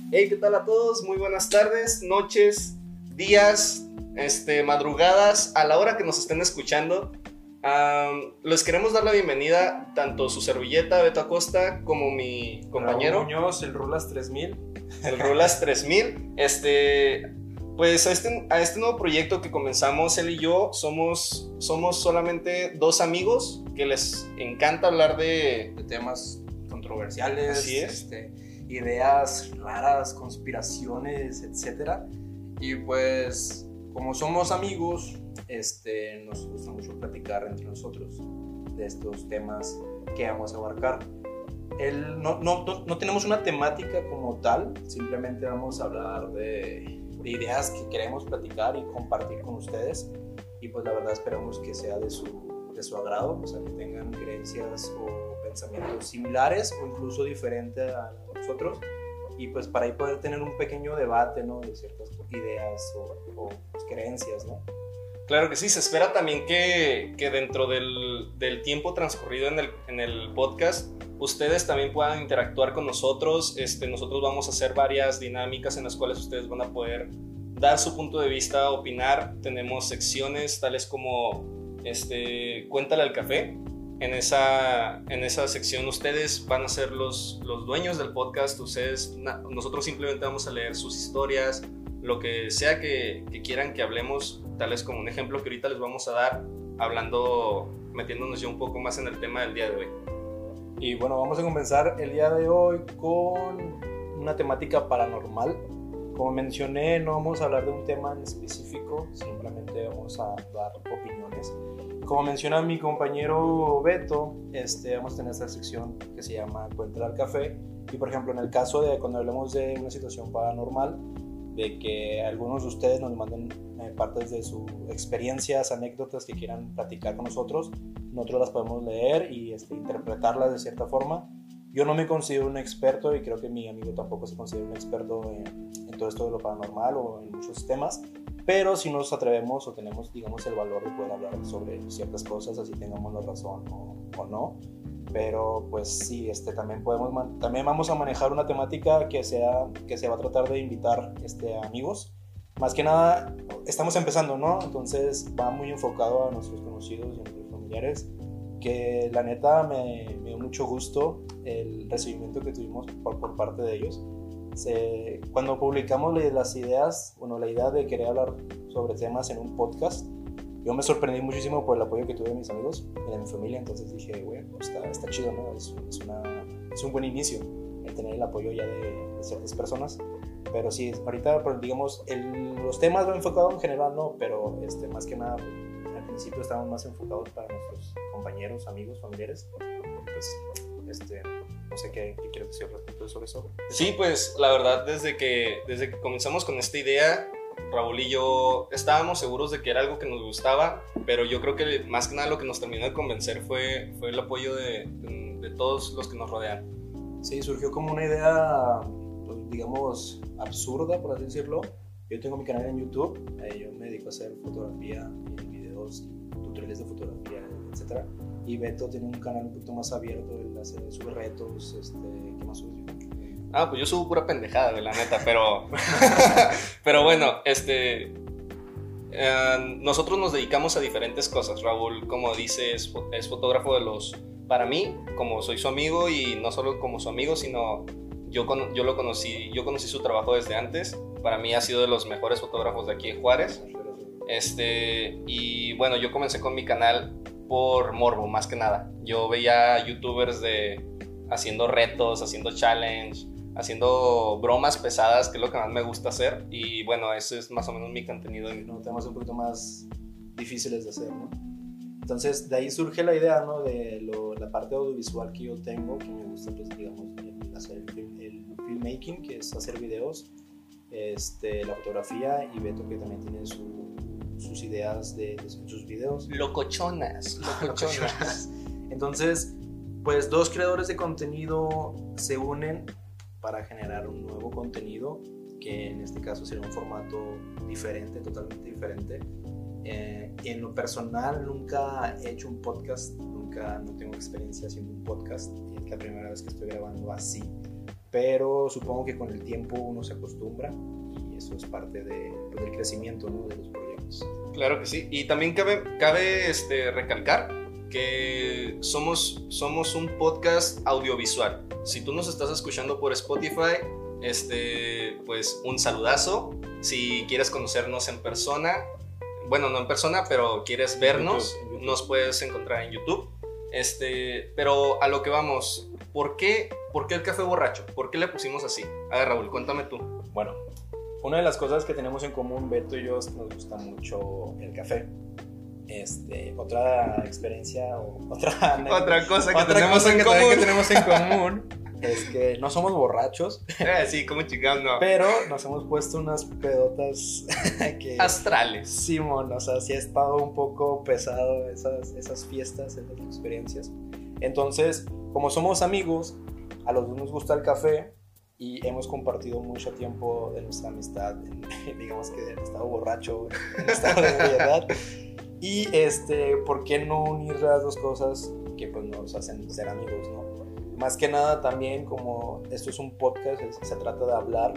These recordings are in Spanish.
Hey, ¿qué tal a todos? Muy buenas tardes, noches, días, madrugadas, a la hora que nos estén escuchando. Les queremos dar la bienvenida tanto su servilleta Beto Acosta como mi compañero Raúl Muñoz, el Rulas 3000. el Rulas 3000. Pues a este nuevo proyecto que comenzamos él y yo, somos solamente dos amigos que les encanta hablar de temas controversiales, Así es. Ideas raras, conspiraciones, etc. Y pues, como somos amigos, nos gusta mucho platicar entre nosotros de estos temas que vamos a abarcar. No tenemos una temática como tal, simplemente vamos a hablar de ideas que queremos platicar y compartir con ustedes, y pues la verdad esperamos que sea de su agrado, o sea, que tengan creencias o pensamientos similares o incluso diferentes a nosotros, y pues para ahí poder tener un pequeño debate, ¿no?, de ciertas ideas o creencias, ¿no? Claro que sí, se espera también que dentro del tiempo transcurrido en el podcast, ustedes también puedan interactuar con nosotros. Nosotros vamos a hacer varias dinámicas en las cuales ustedes van a poder dar su punto de vista, opinar. Tenemos secciones tales como Cuéntale al café. En esa sección ustedes van a ser los dueños del podcast. Nosotros simplemente vamos a leer sus historias, lo que sea que quieran que hablemos, tales como un ejemplo que ahorita les vamos a dar, metiéndonos ya un poco más en el tema del día de hoy. Y bueno, vamos a comenzar el día de hoy con una temática paranormal. Como mencioné, no vamos a hablar de un tema en específico, simplemente vamos a dar opiniones. Como menciona mi compañero Beto, vamos a tener esta sección que se llama Cuéntale al café. Y por ejemplo, en el caso de cuando hablemos de una situación paranormal, de que algunos de ustedes nos manden partes de sus experiencias, anécdotas que quieran platicar con nosotros las podemos leer y interpretarlas de cierta forma. Yo no me considero un experto, y creo que mi amigo tampoco se considera un experto en todo esto de lo paranormal o en muchos temas, pero si nos atrevemos o tenemos, digamos, el valor de poder hablar sobre ciertas cosas, así tengamos la razón o no. Pero pues sí, también vamos a manejar una temática que se va a tratar de invitar amigos. Más que nada estamos empezando, ¿no? Entonces va muy enfocado a nuestros conocidos y a nuestros familiares, que la neta me dio mucho gusto el recibimiento que tuvimos por parte de ellos. Cuando publicamos las ideas, la idea de querer hablar sobre temas en un podcast, yo me sorprendí muchísimo por el apoyo que tuve de mis amigos y de mi familia. Entonces dije, bueno, está chido, ¿no? Es un buen inicio el tener el apoyo ya de ciertas personas. Pero sí, ahorita, digamos, los temas lo he enfocado en general, ¿no? Pero más que nada, pues, al principio estábamos más enfocados para nuestros compañeros, amigos, familiares. Pues, no sé qué quieres decir respecto sobre eso. Sí, pues la verdad, desde que comenzamos con esta idea, Raúl y yo estábamos seguros de que era algo que nos gustaba, pero yo creo que más que nada lo que nos terminó de convencer fue el apoyo de todos los que nos rodean. Sí, surgió como una idea, pues, digamos, absurda, por así decirlo. Yo tengo mi canal en YouTube, yo me dedico a hacer fotografía, videos, tutoriales de fotografía, etc. Y Beto tiene un canal un poquito más abierto, él sube retos, ¿qué más sube? Pues yo subo pura pendejada, de la neta, pero bueno, nosotros nos dedicamos a diferentes cosas. Raúl, como dice, es fotógrafo para mí, como soy su amigo, y no solo como su amigo, sino yo conocí su trabajo desde antes. Para mí ha sido de los mejores fotógrafos de aquí en Juárez. Y bueno, yo comencé con mi canal por morbo, más que nada. Yo veía youtubers haciendo retos, haciendo challenge, haciendo bromas pesadas, que es lo que más me gusta hacer. Y bueno, ese es más o menos mi contenido. No, temas un poquito más difíciles de hacer, ¿no? Entonces de ahí surge la idea, ¿no?, de la parte audiovisual que yo tengo, que me gusta, pues, digamos, hacer el filmmaking, que es hacer videos, la fotografía, y Beto, que también tiene sus ideas de sus videos. Locochonas. Entonces, pues, dos creadores de contenido se unen para generar un nuevo contenido, que en este caso sería un formato diferente, totalmente diferente. En lo personal nunca he hecho un podcast, no tengo experiencia haciendo un podcast, y es la primera vez que estoy grabando así. pero supongo que con el tiempo uno se acostumbra y eso es parte del crecimiento, ¿no? De los proyectos. Claro que sí, y también cabe recalcar que somos un podcast audiovisual. Si tú nos estás escuchando por Spotify, pues un saludazo. Si quieres conocernos en persona, bueno, no en persona, pero quieres vernos, en YouTube. nos puedes encontrar en YouTube. Pero a lo que vamos, ¿por qué el café borracho? ¿Por qué le pusimos así? A ver, Raúl, cuéntame tú. Bueno, una de las cosas que tenemos en común, Beto y yo, es que nos gusta mucho el café. Otra experiencia o Otra cosa que tenemos en común. también Que tenemos en común es que no somos borrachos, sí, como chingados, no. pero nos hemos puesto unas pedotas que... Astrales. Simón, o sea, sí ha estado un poco pesado esas fiestas, esas experiencias. Entonces, como somos amigos, a los dos nos gusta el café y hemos compartido mucho tiempo de nuestra amistad, digamos que en estado borracho, en estado de ebriedad. Y ¿por qué no unir las dos cosas que pues nos hacen ser amigos, ¿no? Más que nada también, como esto es un podcast, se trata de hablar.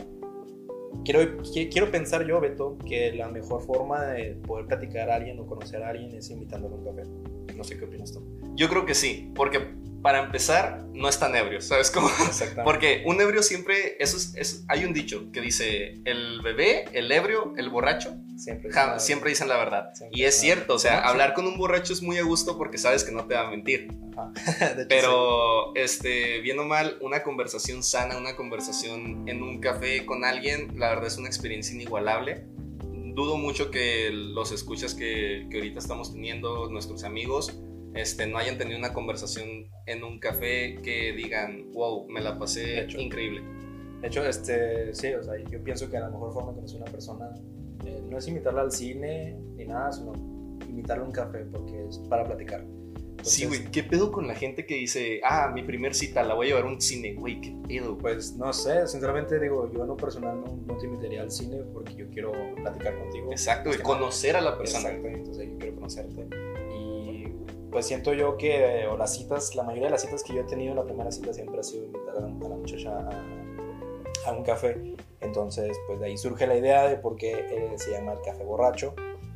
Quiero pensar yo, Beto, que la mejor forma de poder platicar a alguien o conocer a alguien es invitándolo a un café. No sé qué opinas tú. Yo creo que sí, porque para empezar no es tan ebrio, ¿sabes cómo? Exactamente. Porque un ebrio siempre, hay un dicho que dice, el bebé, el ebrio, el borracho, siempre dicen la verdad. Y es cierto, o sea, hablar con un borracho es muy a gusto porque sabes que no te va a mentir. De hecho, Pero, bien o mal, una conversación sana, una conversación en un café con alguien, la verdad es una experiencia inigualable. Dudo mucho que los escuchas que ahorita estamos teniendo, nuestros amigos, no hayan tenido una conversación en un café que digan, wow, me la pasé increíble. De hecho, sí, o sea, yo pienso que la mejor forma de conocer a una persona no es invitarla al cine ni nada, sino invitarla a un café porque es para platicar. Entonces, sí, güey, ¿qué pedo con la gente que dice, mi primer cita la voy a llevar a un cine? Güey, ¿qué pedo? Pues no sé, sinceramente digo, yo en lo personal no te invitaría al cine porque yo quiero platicar contigo. Exacto, y conocer a la persona. Exacto, entonces yo quiero conocerte. Y pues siento yo que, la mayoría de las citas que yo he tenido, la primera cita siempre ha sido invitar a la muchacha a un café. Entonces, pues de ahí surge la idea de por qué se llama el café borracho.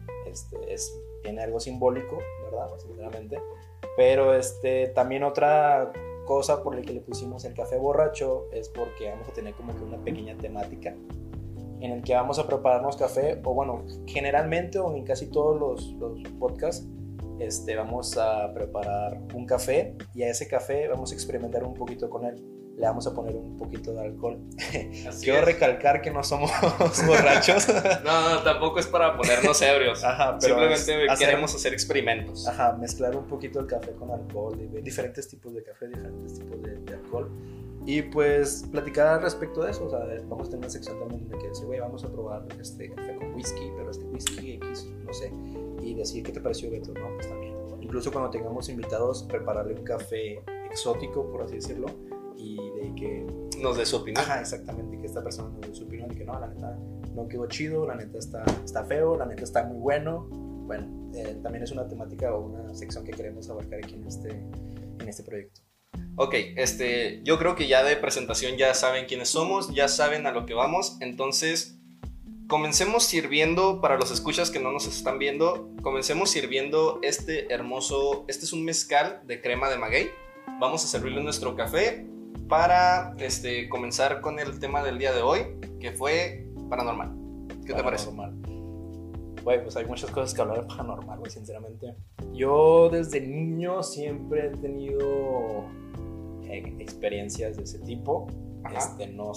Tiene algo simbólico, ¿verdad? Sinceramente. Pero también otra cosa por la que le pusimos el café borracho es porque vamos a tener como que una pequeña temática en el que vamos a prepararnos café, o bueno, generalmente o en casi todos los podcasts vamos a preparar un café y a ese café vamos a experimentar un poquito con él. Le vamos a poner un poquito de alcohol. Quiero recalcar que no somos borrachos. No, tampoco es para ponernos ebrios. Ajá, pero simplemente queremos hacer experimentos. Ajá, mezclar un poquito el café con alcohol, diferentes tipos de café, diferentes tipos de alcohol. Y pues platicar al respecto de eso. O sea, vamos a tener una sección también de que decir, güey, vamos a probar este café con whisky, pero whisky X, no sé. Y decir, ¿qué te pareció, Beto? No, pues también. Incluso cuando tengamos invitados, prepararle un café exótico, por así decirlo. Y de que nos dé su opinión. Ajá, exactamente, que esta persona nos dé su opinión de que no, la neta no quedó chido, la neta está feo, la neta está muy bueno. Bueno, también es una temática o una sección que queremos abarcar aquí en este proyecto. Ok, yo creo que ya de presentación ya saben quiénes somos, ya saben a lo que vamos, entonces comencemos sirviendo, para los escuchas que no nos están viendo, comencemos sirviendo este es un mezcal de crema de maguey. Vamos a servirle nuestro café para comenzar con el tema del día de hoy, que fue paranormal. ¿Qué te parece? Güey, pues hay muchas cosas que hablar de paranormal, güey, sinceramente. Yo desde niño siempre he tenido experiencias de ese tipo. No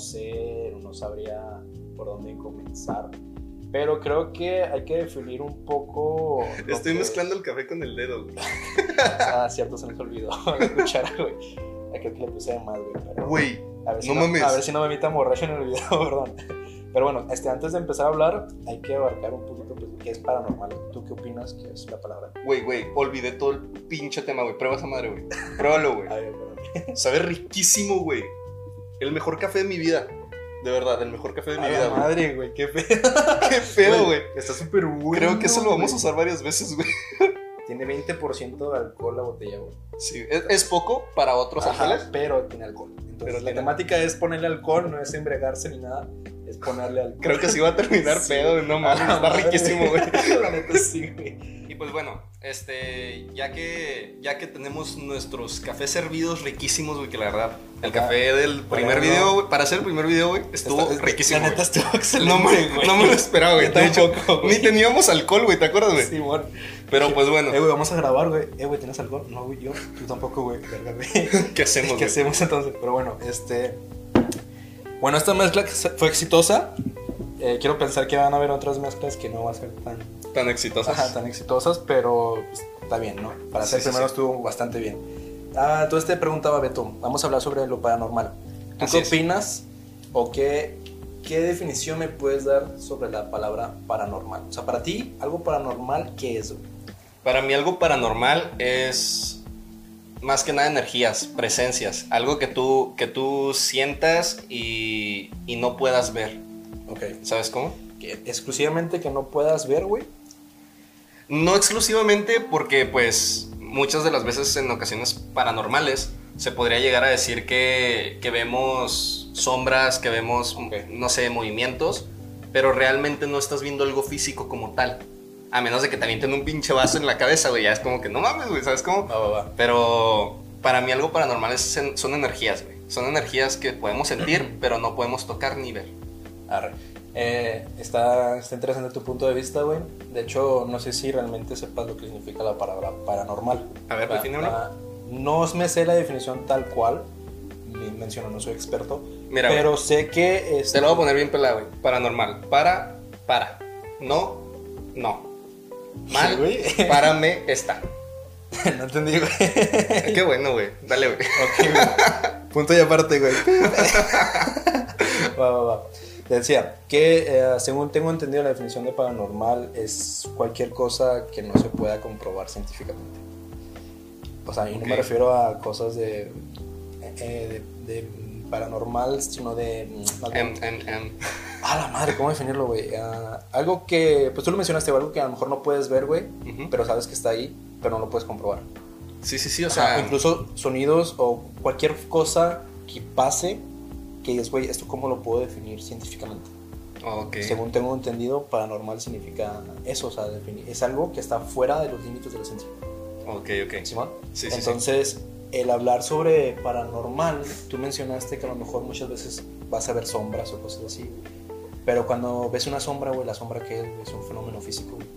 sabría por dónde comenzar. Pero creo que hay que definir un poco... Estoy mezclando el café con el dedo, güey. Cierto, se me olvidó la cuchara, güey. Creo que le puse de más, güey. Güey, mames. A ver si no me invitan borracho en el video, perdón. Pero bueno, antes de empezar a hablar, hay que abarcar un poquito pues, qué es paranormal. ¿Tú qué opinas que es la palabra? Güey, olvidé todo el pinche tema, güey. Prueba esa madre, güey. Pruébalo, güey. A ver, perdón. Sabe riquísimo, güey. El mejor café de mi vida. De verdad, el mejor café de mi vida, güey. Madre, güey, qué pedo. Qué pedo, güey. Está súper bueno. Creo que eso lo vamos a usar varias veces, güey. Tiene 20% de alcohol la botella, güey. Sí, es poco para otros alcoholes. Pero tiene alcohol. Entonces, Pero la temática es ponerle alcohol, no es embriagarse ni nada. Es ponerle alcohol. Creo que sí va a terminar Sí. pedo, no mames, está Madre. riquísimo, güey. La neta sí, güey. Y pues bueno, ya que tenemos nuestros cafés servidos riquísimos, güey, que la verdad, el café del primer video, güey, para hacer el primer video, güey, estuvo riquísimo. La neta güey. estuvo excelente, No me lo esperaba, güey. Yo De hecho, tampoco, güey. ni teníamos alcohol, güey, ¿te acuerdas, güey? Sí, bueno. Pero pues bueno, Güey, vamos a grabar, güey. Güey, ¿tienes alcohol? No, güey, yo. Tú tampoco, güey. Verga, güey. ¿qué hacemos, ¿Qué güey? hacemos entonces? Pero bueno, Bueno, esta mezcla fue exitosa. Quiero pensar que van a haber otras mezclas que no van a ser Tan exitosas. tan exitosas, pero pues, está bien, ¿no? Para ser Sí, primero sí. estuvo bastante bien. Entonces te preguntaba, Beto, vamos a hablar sobre lo paranormal. ¿Tú Así qué es. opinas o qué definición me puedes dar sobre la palabra paranormal? O sea, para ti, algo paranormal, ¿qué es, güey? Para mí algo paranormal es más que nada energías, presencias, algo que tú sientas y no puedas ver. Ok. ¿Sabes cómo? Exclusivamente que no puedas ver, güey. No exclusivamente porque pues muchas de las veces en ocasiones paranormales se podría llegar a decir que vemos sombras, que vemos, no sé, movimientos, pero realmente no estás viendo algo físico como tal. A menos de que te avienten un pinche vaso en la cabeza, güey, ya es como que no mames, güey, ¿sabes cómo? Va. Pero para mí algo paranormal son energías, güey. Son energías que podemos sentir, pero no podemos tocar ni ver. Arre. Está interesante tu punto de vista, güey. De hecho, no sé si realmente sepas lo que significa la palabra paranormal. A ver, defínemelo. No me sé la definición tal cual. Menciono, no soy experto. Mira, pero güey, sé que... te lo voy a poner bien pelado, güey. Paranormal. Para. No. Mal. Sí, güey. Párame, está. No entendí, güey. Qué bueno, güey. Dale, güey. Ok, güey. Punto y aparte, güey. Va. Te decía que, según tengo entendido, la definición de paranormal es cualquier cosa que no se pueda comprobar científicamente. O sea, y no me refiero a cosas de paranormal, sino de... A la madre, ¿cómo definirlo, güey? Algo que, pues tú lo mencionaste, algo que a lo mejor no puedes ver, güey, pero sabes que está ahí, pero no lo puedes comprobar. Sí, o sea... incluso sonidos o cualquier cosa que pase, que dices, güey, ¿esto cómo lo puedo definir científicamente? Okay. Según tengo entendido, paranormal significa eso, o sea, es algo que está fuera de los límites de la ciencia. Ok. ¿Simón? Sí. Entonces, el hablar sobre paranormal, tú mencionaste que a lo mejor muchas veces vas a ver sombras o cosas así, pero cuando ves una sombra, güey, la sombra que es un fenómeno físico, güey.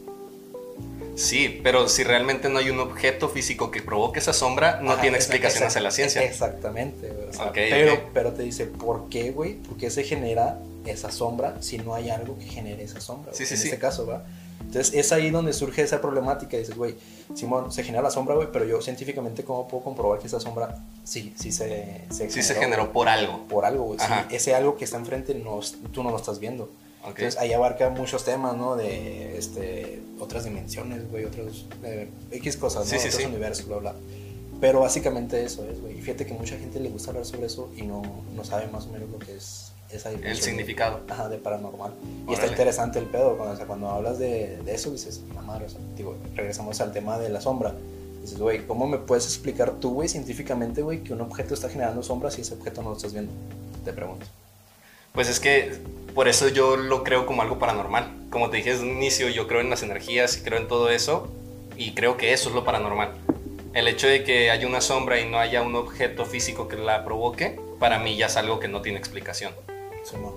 Sí, pero si realmente no hay un objeto físico que provoque esa sombra, no tiene explicación hacia la ciencia. Exactamente, güey. O sea, Ok. pero te dice, ¿por qué, güey? ¿Por qué se genera esa sombra si no hay algo que genere esa sombra? Sí. En este caso, ¿va? Entonces es ahí donde surge esa problemática. Dices, güey, Simón, se genera la sombra, güey, pero yo científicamente, ¿cómo puedo comprobar que esa sombra sí se generó por algo? Por algo, güey. Sí, Ajá. ese algo que está enfrente tú no lo estás viendo. Okay. Entonces ahí abarca muchos temas, ¿no? De otras dimensiones, güey, otros X cosas, ¿no? Otros universos, bla, bla. Pero básicamente eso es, güey. Y fíjate que mucha gente le gusta hablar sobre eso y no sabe más o menos lo que es esa dimensión. El significado. De paranormal. Y Órale. está interesante el pedo. Cuando hablas de eso, dices, la madre, o sea, digo, regresamos al tema de la sombra. Dices, güey, ¿cómo me puedes explicar tú, güey, científicamente, güey, que un objeto está generando sombras y ese objeto no lo estás viendo? Te pregunto. Pues es que por eso yo lo creo como algo paranormal. Como te dije desde un inicio, yo creo en las energías y creo en todo eso. Y creo que eso es lo paranormal. El hecho de que haya una sombra y no haya un objeto físico que la provoque, para mí ya es algo que no tiene explicación. Sí, no.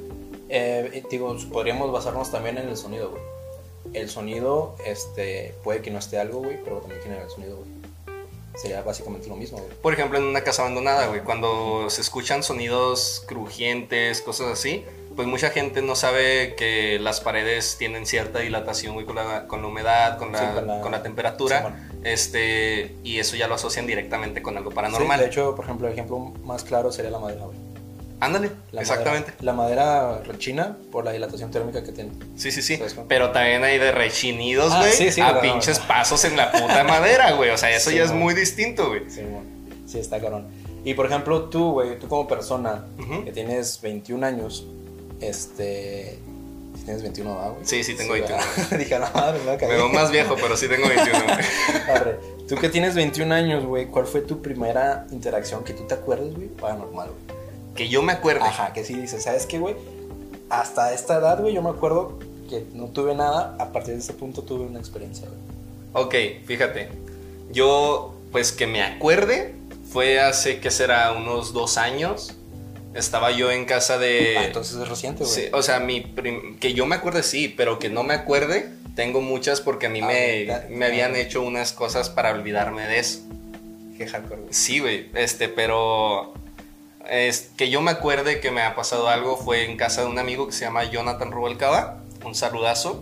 Digo, podríamos basarnos también en el sonido, güey. El sonido, puede que no esté algo, güey, pero también genera el sonido, güey. Sería básicamente lo mismo, güey. Por ejemplo, en una casa abandonada, güey, cuando se escuchan sonidos crujientes, cosas así, pues mucha gente no sabe que las paredes tienen cierta dilatación, güey, con la humedad, con la temperatura, sí, y eso ya lo asocian directamente con algo paranormal. Sí, de hecho, por ejemplo, el ejemplo más claro sería la madera, güey. Ándale, exactamente. La madera rechina por la dilatación térmica que tiene. Sí. Pero también hay de rechinidos, güey, a pinches pasos en la puta madera, güey. O sea, eso ya es muy distinto, güey. Sí, está cabrón. Y por ejemplo, tú, güey, tú como persona que tienes 21 años, Tienes 21, ¿verdad, güey? Sí, tengo 21. Dije, a la madre, me va a caer. Me veo más viejo, pero sí tengo 21, güey. Arre, tú que tienes 21 años, güey, ¿cuál fue tu primera interacción que tú te acuerdes, güey, paranormal, güey? Que yo me acuerde. Ajá, que sí dices, ¿sabes qué, güey? Hasta esta edad, güey, yo me acuerdo que no tuve nada, a partir de ese punto tuve una experiencia, güey. Ok, fíjate. Yo, pues que me acuerde, fue hace, ¿qué será? Unos 2 años. Estaba yo en casa de... entonces es reciente, güey. Sí, o sea, que yo me acuerde sí, pero que no me acuerde, tengo muchas porque a mí me habían hecho unas cosas para olvidarme de eso. Qué hardcore, güey. Sí, güey, pero... que yo me acuerde que me ha pasado algo fue en casa de un amigo que se llama Jonathan Rubalcaba. Un saludazo.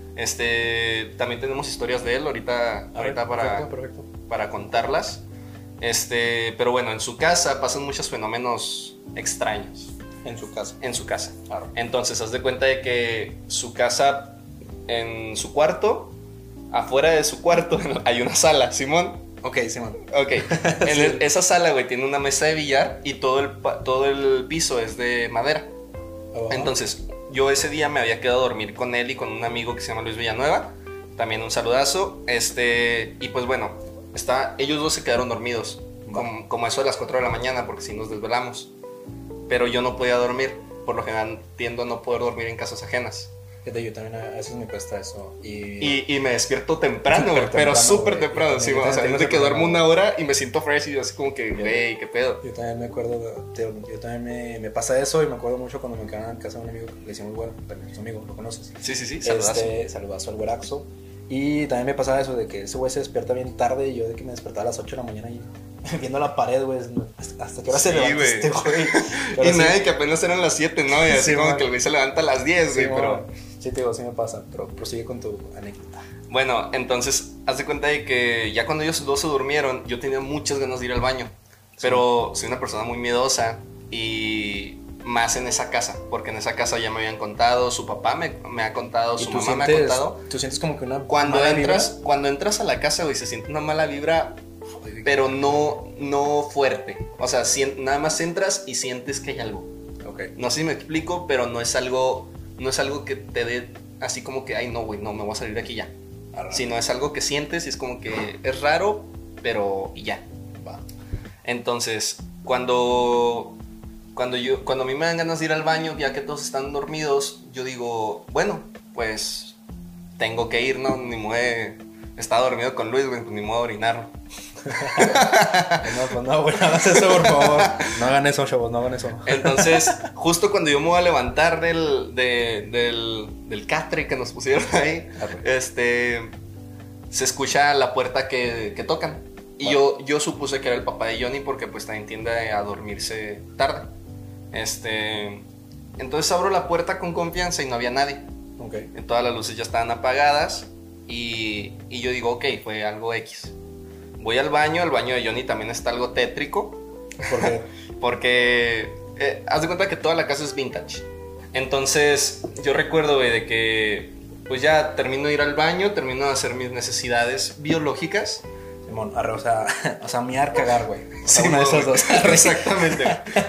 También tenemos historias de él ahorita Perfecto. para contarlas. Pero bueno, en su casa pasan muchos fenómenos extraños. En su casa. En su casa. Claro. Entonces, haz de cuenta de que su casa, en su cuarto, afuera de su cuarto hay una sala, Simón. Ok, Simón. Ok. Esa sala, güey, tiene una mesa de billar y todo el piso es de madera. Entonces, yo ese día me había quedado a dormir con él y con un amigo que se llama Luis Villanueva. También un saludazo. Y pues bueno, ellos dos se quedaron dormidos. Como eso de las 4 de la mañana, porque si nos desvelamos. Pero yo no podía dormir. Por lo general tiendo a no poder dormir en casas ajenas. Fíjate, yo también a veces me cuesta eso. Y me despierto temprano, güey, pero súper temprano. Sí, o sea, de que duermo una hora y me siento fresh y yo así como que, güey, ¿qué pedo? Yo también me acuerdo, yo también me pasa eso y me acuerdo mucho cuando me quedaba en casa de un amigo que le decimos, bueno, pero es tu amigo, lo conoces. Sí, saludazo. Saludazo al güeraxo. Y también me pasaba eso de que ese güey se despierta bien tarde y yo de que me despertaba a las 8 de la mañana y viendo la pared, güey, hasta que hora se levanta este güey. Y nada, que apenas eran las 7, ¿no? Y así como que el güey se levanta a las 10, güey, pero... Sí, te digo, sí me pasa, pero prosigue con tu anécdota. Bueno, entonces, haz de cuenta de que ya cuando ellos dos se durmieron, yo tenía muchas ganas de ir al baño. Pero soy una persona muy miedosa y más en esa casa, porque en esa casa ya me habían contado, su papá me ha contado, su mamá me ha contado. ¿Tú sientes como que una cuando entras a la casa, güey, se siente una mala vibra, pero no fuerte. O sea, nada más entras y sientes que hay algo. Okay. No sé si me explico, pero no es algo que te dé así como que, ay, no, güey, no, me voy a salir de aquí ya. Sino es algo que sientes y es como que es raro, pero y ya. Va. Entonces, cuando a mí me dan ganas de ir al baño, ya que todos están dormidos, yo digo, bueno, pues tengo que ir, ¿no? Ni modo estaba dormido con Luis, güey, pues ni modo de orinar. No, no hagas eso, por favor. No hagan eso, chavos, no hagan eso. Entonces, justo cuando yo me voy a levantar del catre que nos pusieron ahí, se escucha la puerta que tocan. Y yo supuse que era el papá de Johnny porque pues también tiende a dormirse tarde. Entonces abro la puerta con confianza y no había nadie. Okay. Todas las luces ya estaban apagadas y yo digo, ok, fue algo X. Voy al baño, el baño de Johnny también está algo tétrico. ¿Por qué? Porque haz de cuenta que toda la casa es vintage. Entonces yo recuerdo, güey, de que pues ya termino de ir al baño, termino de hacer mis necesidades biológicas. Simón, o sea, miar, cagar, güey. Sí, una de esas dos. Exactamente.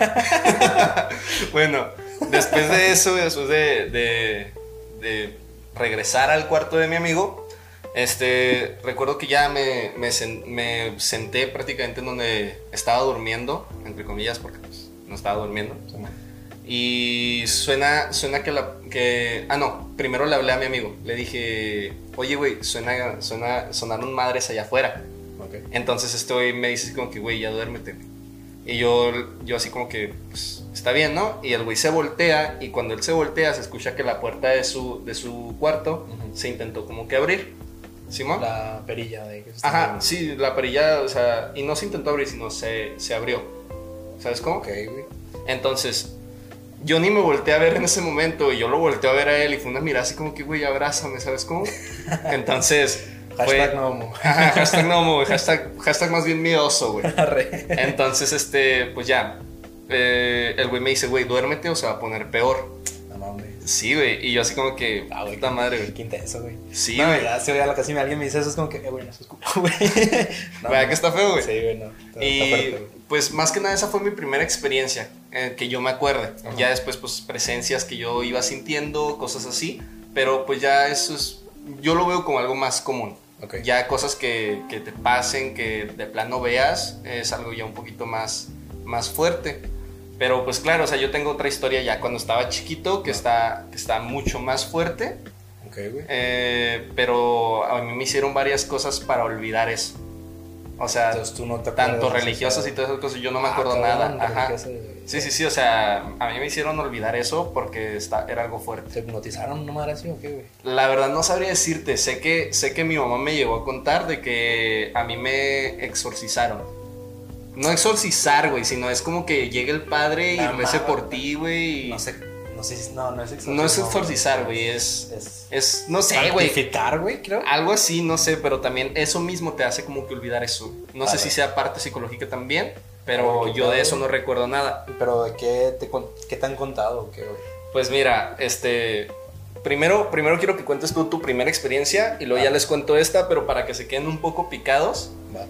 Bueno, después de eso, después de regresar al cuarto de mi amigo, recuerdo que ya me senté prácticamente en donde estaba durmiendo, entre comillas, porque pues, no estaba durmiendo. Y suena primero le hablé a mi amigo. Le dije, oye, güey, sonaron madres allá afuera. Okay. Entonces me dice así como que, güey, ya duérmete. Y yo así como que, pues, está bien, ¿no? Y el güey se voltea, y cuando él se voltea, se escucha que la puerta de su cuarto se intentó como que abrir. ¿Simón? La perilla de que ajá, viendo. Sí, la perilla, o sea, y no se intentó abrir, sino se abrió. ¿Sabes cómo? Ok, güey. Entonces, yo ni me volteé a ver en ese momento, y yo lo volteé a ver a él, y fue una mirada así como que, güey, abrázame, ¿sabes cómo? Entonces... Hashtag no homo. Hashtag no homo, hashtag más bien miedoso, güey. Entonces, pues ya, el güey me dice, güey, duérmete o se va a poner peor. No mames. Sí, güey, y yo así como que, güey, puta madre, güey. Qué intenso, güey. Sí, no, güey. Ya se ve a la casina, alguien me dice eso, es como que, güey, no se escucha, güey. ¿Verdad que está feo, güey? Sí, güey, no. Y está fuerte, güey. pues más que nada esa fue mi primera experiencia, que yo me acuerde. Ajá. Ya después pues presencias que yo iba sintiendo, cosas así, pero pues ya eso es, yo lo veo como algo más común. Okay. Ya cosas que te pasen, que de plano veas, es algo ya un poquito más fuerte. Pero pues claro, o sea, yo tengo otra historia ya cuando estaba chiquito que está mucho más fuerte. Okay, güey. Pero a mí me hicieron varias cosas para olvidar eso. O sea, Entonces, tú no te acuerdas, tanto religiosas y todas esas cosas, yo no me acuerdo cabrón, nada. Ajá. religiosa. Sí, o sea, a mí me hicieron olvidar eso porque era algo fuerte. ¿Te hipnotizaron una madre así o qué, güey? La verdad no sabría decirte, sé que mi mamá me llegó a contar de que a mí me exorcizaron. No exorcizar, güey, sino es como que llegue el padre y rece por ti, güey. No sé si no es exorcizar. No es exorcizar, güey, es no sé, güey. Santificar, güey, creo. Algo así, no sé, pero también eso mismo te hace como que olvidar eso. No sé si sea parte psicológica también, pero yo de eso no recuerdo nada. ¿Pero de qué te han contado o qué, güey? Pues mira, primero quiero que cuentes tú tu primera experiencia y luego ya les cuento esta, pero para que se queden un poco picados. Va.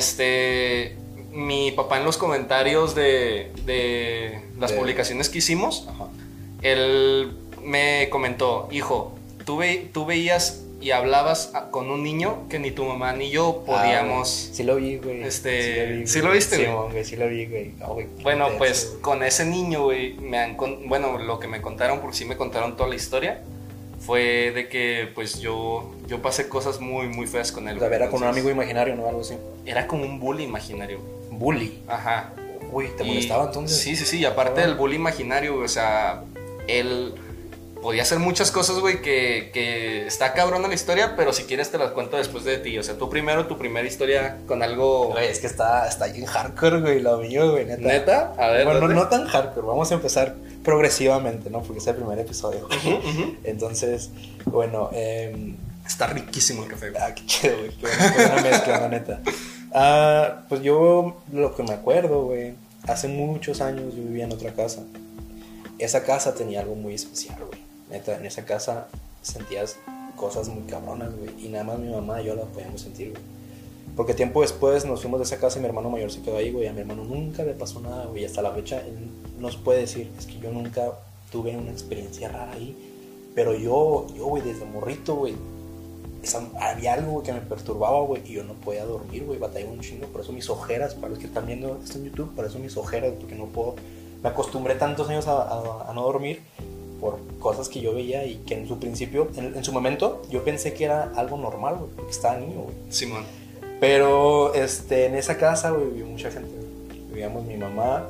Mi papá en los comentarios de las publicaciones que hicimos, Ajá. él me comentó, hijo, tú veías y hablabas con un niño que ni tu mamá ni yo podíamos. Sí lo vi, güey. ¿Sí lo viste, güey? Sí, güey, sí lo vi, güey. Oh, güey, Bueno, intenso, pues güey. con ese niño, güey, bueno, lo que me contaron, porque sí me contaron toda la historia, fue de que pues yo pasé cosas muy, muy feas con él. O sea, era con un Entonces, amigo imaginario, ¿no? Algo así. Era como un bully imaginario, güey. Bully. Ajá. Uy, ¿te molestaba entonces? Sí, y aparte del bullying imaginario, güey, o sea, él podía hacer muchas cosas, güey, que está cabrona la historia, pero si quieres te las cuento después de ti. O sea, tú primero, tu primera historia con algo... Güey, es que está bien hardcore, güey, lo mío, güey, neta. ¿Neta? A ver, Bueno, dale. no tan hardcore, vamos a empezar progresivamente, ¿no? Porque es el primer episodio. Entonces, bueno, Está riquísimo el café, güey. qué chido, güey, qué buena mezcla, la neta. Pues yo, lo que me acuerdo, güey, hace muchos años yo vivía en otra casa. Esa casa tenía algo muy especial, güey. Neta, en esa casa sentías cosas muy cabronas, güey. Y nada más mi mamá y yo las podíamos sentir, güey. Porque tiempo después nos fuimos de esa casa y mi hermano mayor se quedó ahí, güey. A mi hermano nunca le pasó nada, güey. Hasta la fecha él nos puede decir, es que yo nunca tuve una experiencia rara ahí. Pero yo, güey, desde morrito, güey, había algo, güey, que me perturbaba, güey. Y yo no podía dormir, güey. Batallaba un chingo. Por eso mis ojeras, para los que están viendo esto en YouTube, por eso mis ojeras, porque no puedo... Me acostumbré tantos años a no dormir por cosas que yo veía y que en su principio, en su momento, yo pensé que era algo normal, güey, porque estaba niño, güey. Simón. Pero en esa casa, güey, vivió mucha gente. Vivíamos mi mamá,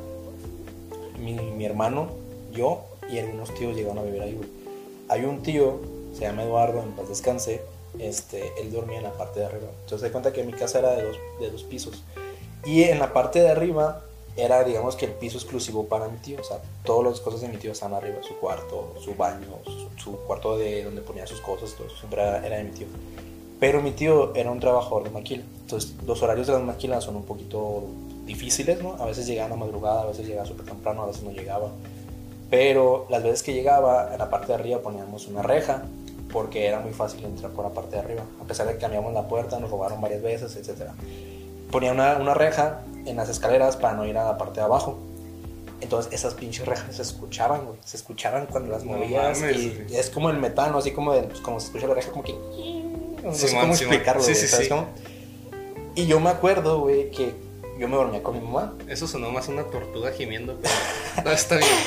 mi hermano, yo y algunos tíos llegaron a vivir ahí, güey. Hay un tío, se llama Eduardo, en paz descanse, él dormía en la parte de arriba. Entonces se cuenta que mi casa era de dos pisos. Y en la parte de arriba era, digamos, que el piso exclusivo para mi tío. O sea, todas las cosas de mi tío estaban arriba. Su cuarto, su baño, su cuarto de donde ponía sus cosas, todo eso siempre era de mi tío. Pero mi tío era un trabajador de maquila. Entonces, los horarios de las maquilas son un poquito difíciles, ¿no? A veces llegaba a la madrugada, a veces llegaba súper temprano, a veces no llegaba. Pero las veces que llegaba, en la parte de arriba poníamos una reja, porque era muy fácil entrar por la parte de arriba. A pesar de que cambiamos la puerta, nos robaron varias veces, etc. Ponía una reja en las escaleras para no ir a la parte de abajo. Entonces esas pinches rejas se escuchaban, güey. Se escuchaban cuando las movías. mames, Y güey. es como el metal, ¿no? Así como, como se escucha la reja, como que... No sé Simón, cómo Simón. explicarlo, Sí, güey, sí, ¿sabes sí. cómo? Y yo me acuerdo, güey, que yo me dormía con mi mamá. Eso sonó más una tortuga gimiendo, pero no, está bien.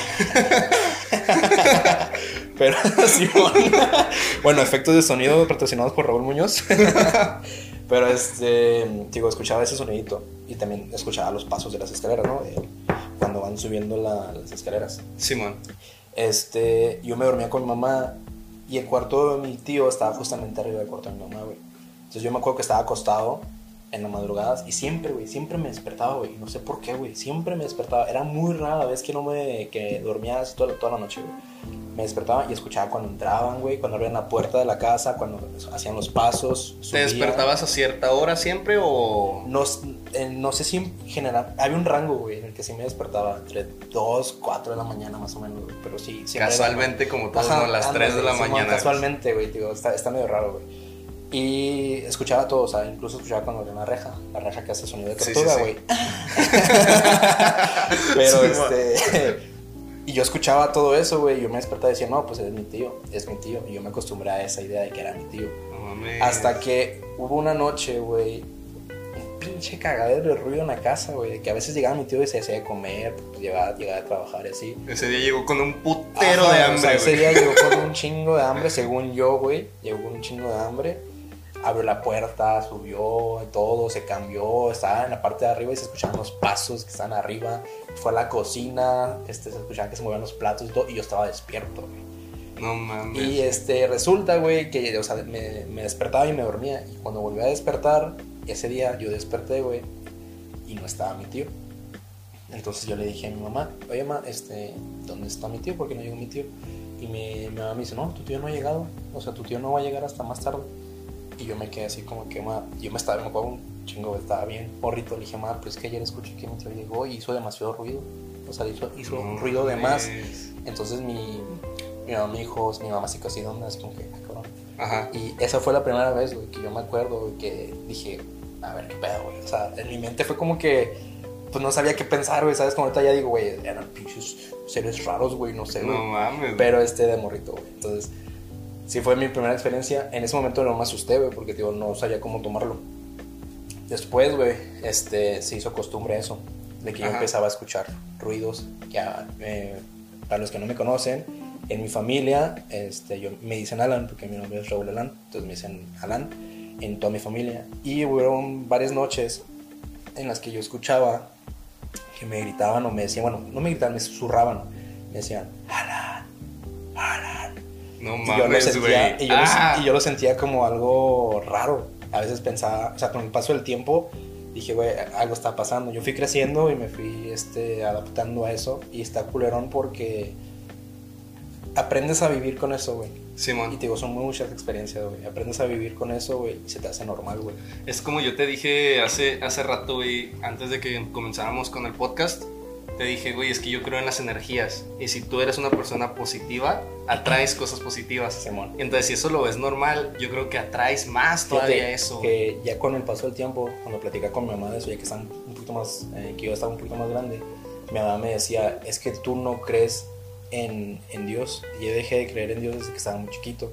Pero, Simón. Bueno, efectos de sonido patrocinados por Raúl Muñoz. Pero, digo, escuchaba ese sonidito. Y también escuchaba los pasos de las escaleras, ¿no? Cuando van subiendo las escaleras. Simón. Yo me dormía con mi mamá. Y el cuarto de mi tío estaba justamente arriba del cuarto de mi mamá, güey. Entonces yo me acuerdo que estaba acostado en las madrugadas. Y siempre, güey, siempre me despertaba, güey. No sé por qué, güey. Siempre me despertaba. Era muy rara la vez que dormía así toda la noche, güey. Me despertaba y escuchaba cuando entraban, güey, cuando abrían la puerta de la casa, cuando hacían los pasos. ¿Te subían. despertabas a cierta hora siempre o...? No sé si en general, había un rango, güey, en el que sí me despertaba entre 2, 4 de la mañana más o menos, güey, pero sí. Casualmente, como todos, Ajá, ¿no? A las 3 de la Simón, mañana. Casualmente, güey, digo, está medio raro, güey. Y escuchaba todo, o sea, incluso escuchaba cuando había una reja, la reja que hace sonido de tortuga, güey. Pero y yo escuchaba todo eso, güey, y yo me despertaba y decía, no, pues es mi tío. Y yo me acostumbré a esa idea de que era mi tío. Hasta que hubo una noche, güey, un pinche cagadero de ruido en la casa, güey, que a veces llegaba mi tío y se hacía de comer, pues llegaba a trabajar y así. Ese día llegó con un putero de hambre, o sea, ese día llegó con un chingo de hambre, según yo, güey, llegó con un chingo de hambre. Abrió la puerta, subió, todo, se cambió, estaba en la parte de arriba y se escuchaban los pasos que estaban arriba. Fue a la cocina, se escuchaban que se movían los platos y todo, y yo estaba despierto, güey. No mames. Y resulta, güey, que, o sea, me despertaba y me dormía. Y cuando volví a despertar, ese día yo desperté, güey, y no estaba mi tío. Entonces yo le dije a mi mamá, oye, mamá, ¿dónde está mi tío? ¿Por qué no llegó mi tío? Y mi mamá me dice, no, tu tío no ha llegado, o sea, tu tío no va a llegar hasta más tarde. Y yo me quedé así como que, yo me acuerdo un chingo, estaba bien porrito. Le dije, pero es que ayer escuché que mi tío llegó y hizo demasiado ruido. O sea, hizo ruido de más. Entonces mi mamá me dijo, mi mamá se casi ¿dónde? Así como que, cabrón. Ajá. Y esa fue la primera vez, güey, que yo me acuerdo, güey, que dije, a ver, qué pedo, güey. O sea, en mi mente fue como que, pues no sabía qué pensar, güey, ¿sabes? Como ahorita ya digo, güey, eran pinches seres raros, güey, no sé, güey. No mames. Pero de morrito, güey. Entonces, sí fue mi primera experiencia. En ese momento no me asusté, güey, porque, digo, no sabía cómo tomarlo. Después, güey, se hizo costumbre eso, de que yo empezaba a escuchar ruidos. Para los que no me conocen, en mi familia, me dicen Alan, porque mi nombre es Raúl Alan, entonces me dicen Alan en toda mi familia. Y hubo varias noches en las que yo escuchaba que me gritaban o me decían, bueno, no me gritaban, me susurraban, me decían, Alan, Alan. No mames, güey. Y yo lo sentía como algo raro. A veces pensaba, o sea, con el paso del tiempo, dije, güey, algo está pasando. Yo fui creciendo y me fui adaptando a eso. Y está culerón porque aprendes a vivir con eso, güey. Simón. Y te digo, son muchas experiencias, güey. Aprendes a vivir con eso, güey, y se te hace normal, güey. Es como yo te dije hace rato, güey, antes de que comenzáramos con el podcast. Te dije, güey, es que yo creo en las energías. Y si tú eres una persona positiva, atraes cosas positivas. Simón. Entonces, si eso lo ves normal, yo creo que atraes más todavía eso. Que ya con el paso del tiempo, cuando platicaba con mi mamá de eso, ya que están un poquito más, que yo estaba un poquito más grande, mi mamá me decía, es que tú no crees en Dios. Y yo dejé de creer en Dios desde que estaba muy chiquito.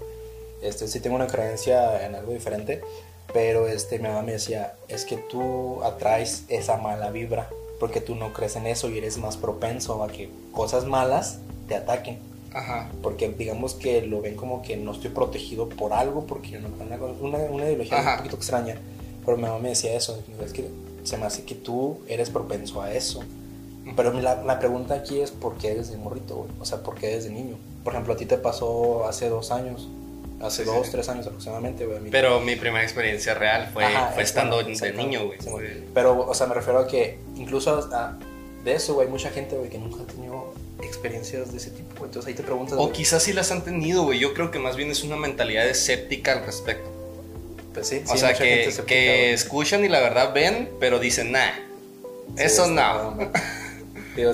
Sí tengo una creencia en algo diferente, pero mi mamá me decía, es que tú atraes esa mala vibra, porque tú no crees en eso y eres más propenso a que cosas malas te ataquen. Ajá. Porque digamos que lo ven como que no estoy protegido por algo, porque una ideología un poquito extraña. Pero mi mamá me decía eso, es que se me hace que tú eres propenso a eso. Pero la pregunta aquí es ¿por qué eres de morrito, güey? O sea, ¿por qué eres de niño? Por ejemplo, a ti te pasó hace 2 años. Hace 3 años aproximadamente, güey. Pero mi primera experiencia real fue estando de niño, güey. Pero, o sea, me refiero a que incluso de eso, güey, mucha gente, güey, que nunca ha tenido experiencias de ese tipo, güey. Entonces ahí te preguntas... O quizás sí las han tenido, güey. Yo creo que más bien es una mentalidad escéptica al respecto. Pues sí. O sea, que escuchan y la verdad ven, pero dicen, nah, sí, eso no. Digo,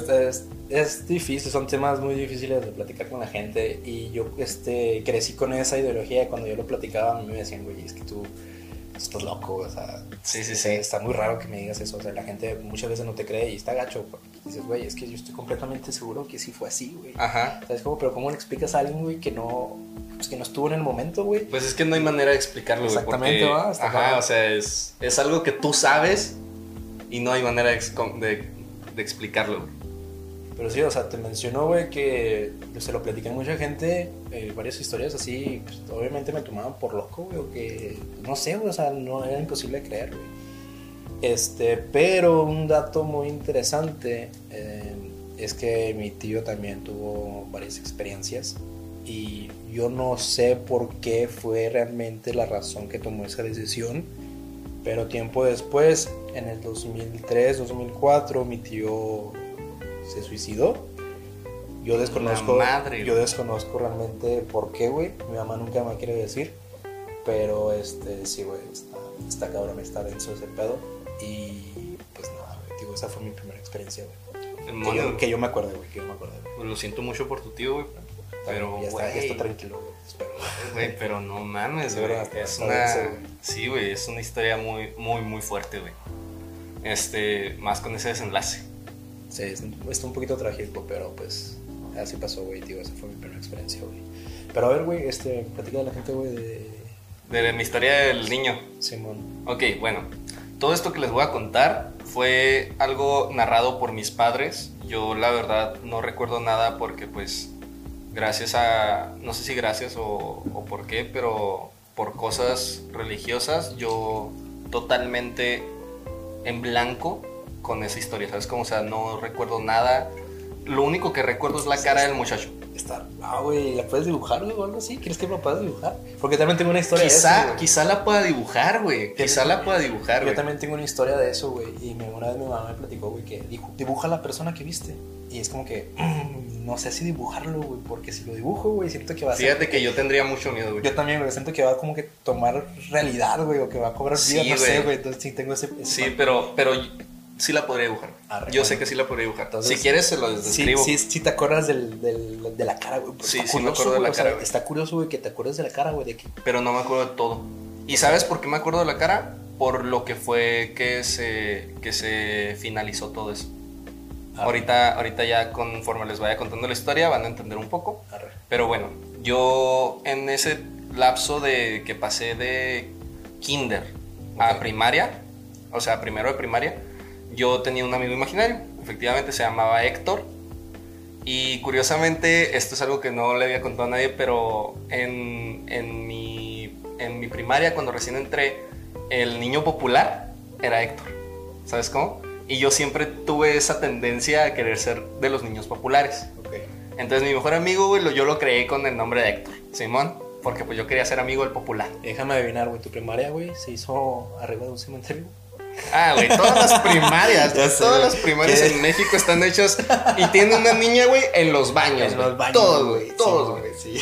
es difícil, son temas muy difíciles de platicar con la gente. Y yo crecí con esa ideología. Cuando yo lo platicaba, a mí me decían, güey, es que tú estás loco, o sea, sí. Está muy raro que me digas eso. O sea, la gente muchas veces no te cree y está gacho. Dices, güey, es que yo estoy completamente seguro que sí fue así, güey. Ajá. ¿Sabes cómo? Pero ¿cómo le explicas a alguien, güey, que no estuvo en el momento, güey? Pues es que no hay manera de explicarlo, güey. Exactamente, porque, va. Ajá, o sea, es algo que tú sabes y no hay manera de explicarlo, güey. Pero sí, o sea, te mencionó, güey, que se lo platiqué a mucha gente, varias historias así, pues, obviamente me tomaban por loco, güey, o que, no sé, güey, o sea, no era imposible de creer, güey. Pero un dato muy interesante es que mi tío también tuvo varias experiencias y yo no sé por qué fue realmente la razón que tomó esa decisión, pero tiempo después, en el 2003, 2004, mi tío se suicidó. Yo desconozco realmente por qué, güey. Mi mamá nunca me quiere decir, pero sí, güey, está cabrón, está denso ese pedo. Y pues nada, güey, digo, esa fue mi primera experiencia, güey. Que yo me acuerdo, güey, Pues lo siento mucho por tu tío, güey. Pero, ya está tranquilo, güey. Espero. Güey, pero no mames, güey. Seguro Es hasta una... denso, güey. Sí, güey, es una historia muy, muy, muy fuerte, güey. Más con ese desenlace. Sí, está un poquito trágico, pero pues así pasó, güey, tío. Esa fue mi primera experiencia, güey. Pero a ver, güey, platica a la gente, güey, De mi historia del niño. Simón. Ok, bueno. Todo esto que les voy a contar fue algo narrado por mis padres. Yo la verdad no recuerdo nada porque pues gracias a, no sé si gracias o por qué, pero por cosas religiosas yo totalmente en blanco con esa historia, ¿sabes? Como, o sea, no recuerdo nada. Lo único que recuerdo es la cara del muchacho. Güey, ¿la puedes dibujar, güey, o algo así? ¿Quieres que me la puedas dibujar? Porque también tengo una historia de eso, güey. Quizá la pueda dibujar, güey. Quizá la pueda dibujar, güey. Yo también tengo una historia de eso, güey. Y una vez mi mamá me platicó, güey, que dibuja a la persona que viste. Y es como que, no sé si dibujarlo, güey. Porque si lo dibujo, güey, siento que va a ser... Fíjate que yo tendría mucho miedo, güey. Yo también, güey. Siento que va como que tomar realidad, güey. O que va a cobrar vida, no sé, güey. Entonces sí tengo ese sí, pero sí la podría dibujar. Yo sé que sí la podría dibujar. Entonces, si quieres, se lo describo. Sí, te acuerdas de la cara, güey. Sí, me acuerdo de la cara, güey. Está curioso, güey, que te acuerdes de la cara, güey. Pero no me acuerdo de todo. ¿Y sabes por qué me acuerdo de la cara? Por lo que fue que se finalizó todo eso. Ahorita ya conforme les vaya contando la historia van a entender un poco. Pero bueno, yo en ese lapso de que pasé de kinder a primaria, o sea, primero de primaria, yo tenía un amigo imaginario, efectivamente se llamaba Héctor. Y curiosamente, esto es algo que no le había contado a nadie, pero en mi primaria, cuando recién entré, el niño popular era Héctor. ¿Sabes cómo? Y yo siempre tuve esa tendencia a querer ser de los niños populares. Okay. Entonces mi mejor amigo, güey, yo lo creé con el nombre de Héctor, Simón, porque pues yo quería ser amigo del popular. Déjame adivinar, güey, tu primaria, güey, se hizo arriba de un cementerio. Ah, güey, todas las primarias, en México están hechas y tiene una niña, güey, en los baños. En los baños. Todos, güey. Sí.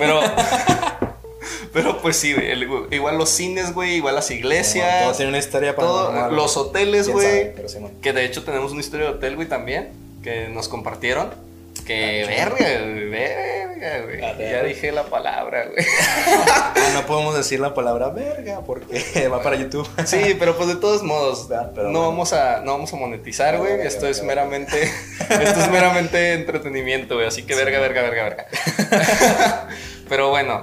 Pero pues sí, güey, igual los cines, güey, igual las iglesias. Todo tiene una historia para los hoteles, güey. Sí, que de hecho tenemos una historia de hotel, güey, también, que nos compartieron. Que verga, güey. Ya dije la palabra, güey. No podemos decir la palabra verga porque va para YouTube. Sí, pero pues de todos modos, no vamos a monetizar, güey. Esto es meramente entretenimiento, güey. Así que verga. Pero bueno,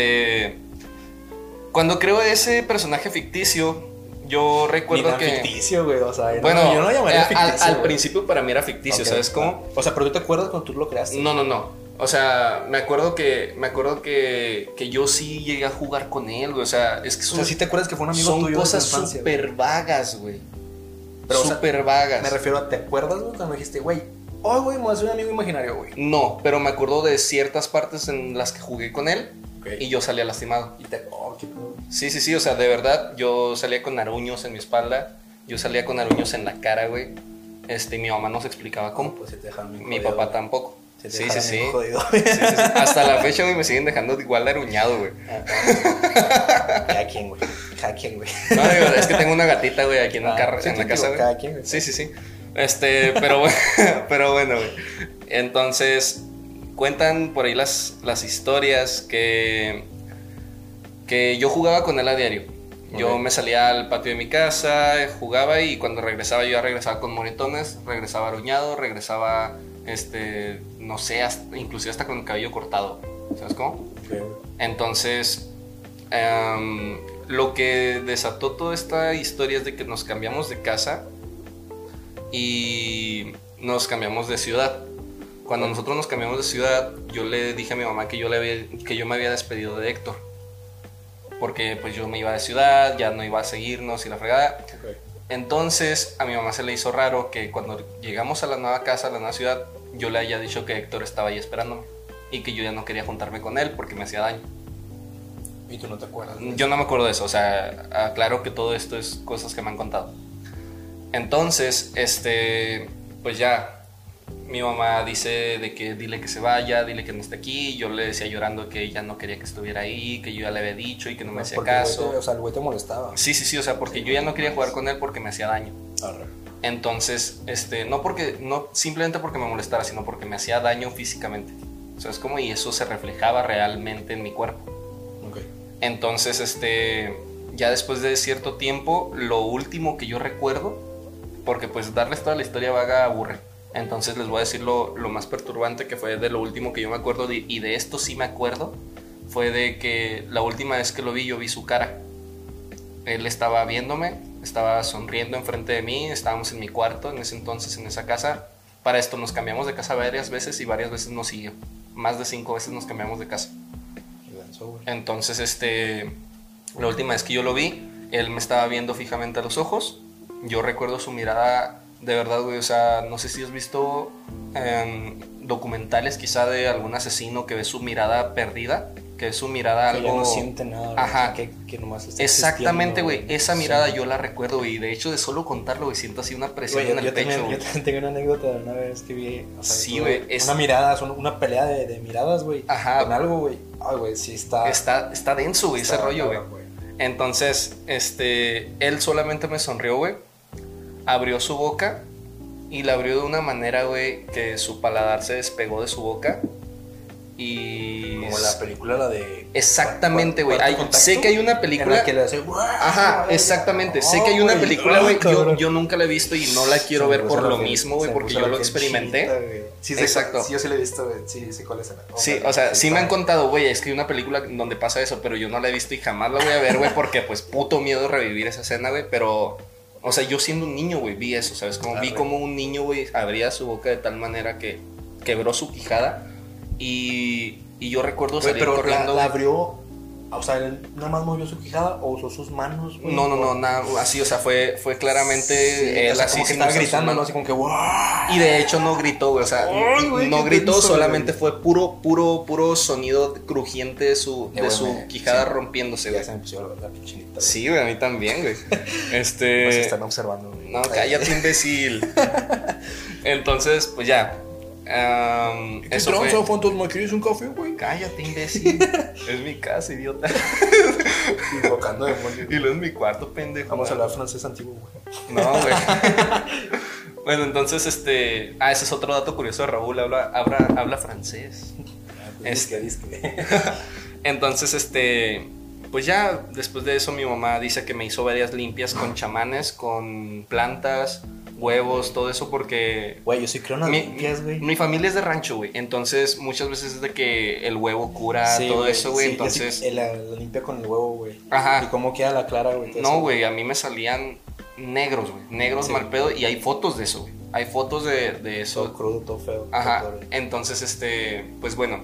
cuando creo ese personaje ficticio, yo recuerdo que... ficticio, güey, o sea... Bueno, yo no llamaría ficticio, al principio para mí era ficticio, okay, ¿sabes cómo? O sea, pero ¿tú te acuerdas cuando tú lo creaste? No. O sea, me acuerdo que yo sí llegué a jugar con él, güey. O sea, es que son... O sea, ¿sí te acuerdas que fue un amigo tuyo? Son cosas súper vagas, güey. Súper vagas. Me refiero a... ¿Te acuerdas, güey, cuando dijiste, güey, güey, me voy a hacer un amigo imaginario, güey? No, pero me acuerdo de ciertas partes en las que jugué con él. Okay. Y yo salía lastimado. Sí, o sea, de verdad, yo salía con aruños en mi espalda, yo salía con aruños en la cara, güey. Mi mamá no se explicaba cómo. Pues te dejaron bien mi jodido, papá güey. Tampoco. Sí. Sí. Hasta la fecha, güey, me siguen dejando igual de aruñado, güey. Cada quien, güey. No, digo, es que tengo una gatita, güey, aquí en la casa, güey. Cada quien, güey. Sí. Pero bueno, güey. Entonces, cuentan por ahí las historias que yo jugaba con él a diario. Okay. Yo me salía al patio de mi casa, jugaba y cuando regresaba yo ya regresaba con moretones, regresaba aruñado, regresaba, no sé, inclusive hasta con el cabello cortado. ¿Sabes cómo? Okay. Entonces, lo que desató toda esta historia es de que nos cambiamos de casa y nos cambiamos de ciudad. Cuando nosotros nos cambiamos de ciudad, yo le dije a mi mamá que yo me había despedido de Héctor. Porque pues yo me iba de ciudad, ya no iba a seguirnos y la fregada. Okay. Entonces a mi mamá se le hizo raro que cuando llegamos a la nueva casa, a la nueva ciudad, yo le haya dicho que Héctor estaba ahí esperándome. Y que yo ya no quería juntarme con él porque me hacía daño. ¿Y tú no te acuerdas? Yo no me acuerdo de eso, o sea, aclaro que todo esto es cosas que me han contado. Entonces, pues ya... Mi mamá dice de que dile que se vaya, dile que no esté aquí. Yo le decía llorando que ella no quería que estuviera ahí, que yo ya le había dicho y que no me hacía caso. O sea, el güey te molestaba. Sí, o sea, porque yo ya no quería jugar con él porque me hacía daño. Arre. Entonces, no simplemente porque me molestara, sino porque me hacía daño físicamente. ¿sabes cómo? Y eso se reflejaba realmente en mi cuerpo. Ok. Entonces, ya después de cierto tiempo, lo último que yo recuerdo, porque pues darles toda la historia vaga aburre, entonces les voy a decir lo más perturbante que fue de lo último que yo me acuerdo, y de esto sí me acuerdo, fue de que la última vez que lo vi, yo vi su cara. Él estaba viéndome, estaba sonriendo enfrente de mí, estábamos en mi cuarto en ese entonces, en esa casa. Para esto nos cambiamos de casa varias veces y varias veces nos siguió. Más de 5 veces nos cambiamos de casa. Entonces, la última vez que yo lo vi, él me estaba viendo fijamente a los ojos. Yo recuerdo su mirada, de verdad, güey, o sea, no sé si has visto documentales quizá de algún asesino que ve su mirada perdida, que es su mirada que algo... ya no siente nada. Ajá. Que nomás está exactamente, güey, esa mirada sí. Yo la recuerdo, güey, y de hecho de solo contarlo, güey, siento así una presión en el pecho, güey. Yo también tengo una anécdota de una vez que vi, o sea, sí, güey, una mirada, una pelea de miradas, güey, con algo, güey. Ay, güey, sí está denso, güey, ese rollo, güey. Entonces, él solamente me sonrió, güey, abrió su boca y la abrió de una manera, güey, que su paladar se despegó de su boca. Y... como la película, la de... exactamente, güey. Sé que hay una película... en la que le hace... ajá, exactamente. Sé que hay una película, güey. Yo nunca la he visto y no la quiero ver por lo mismo, güey, porque yo lo experimenté. Sí, exacto. Sí, yo sí la he visto, güey. Sí, sé cuál es. Sí, o sea, sí me han contado, güey, es que hay una película donde pasa eso, pero yo no la he visto y jamás la voy a ver, güey, porque pues puto miedo revivir esa escena, güey, pero... o sea, yo siendo un niño, güey, vi eso, ¿sabes? Vi como un niño, güey, abría su boca de tal manera que quebró su quijada. Y yo recuerdo salir corriendo. La abrió, o sea, él nada más movió su quijada o usó sus manos, güey. No, nada, así, o sea, fue claramente sí, él, o sea, así como que estaba gritando, ¿no? Así como que ¡wow! Y de hecho no gritó, güey, o sea, no gritó, tenso, solamente fue puro sonido crujiente de su quijada rompiéndose, güey. Ya se me puso la pichinita. Sí, güey, a mí también, güey. Pues están observando, güey. No, cállate, imbécil. Entonces, pues ya. Eso fue. Fantasma, ¿quieres un café, güey? Cállate, imbécil. Es mi casa, idiota. Invocando demonios. Y lo es mi cuarto, pendejo. Vamos a hablar francés antiguo, güey. No, güey. Bueno, entonces, ese es otro dato curioso de Raúl. Habla francés. Disque. Entonces, pues ya después de eso mi mamá dice que me hizo varias limpias con chamanes, con plantas, huevos, todo eso porque... güey, yo sí creo en las limpias, güey. Mi familia es de rancho, güey. Entonces muchas veces es de que el huevo cura, sí, todo eso, güey. Sí, entonces... la limpia con el huevo, güey. Ajá. ¿Y cómo queda la clara, güey? No, güey, a mí me salían negros, güey. Negros, sí, mal pedo. Y hay fotos de eso, güey. Hay fotos de eso. Todo crudo, todo feo. Ajá. Todo, entonces, pues bueno...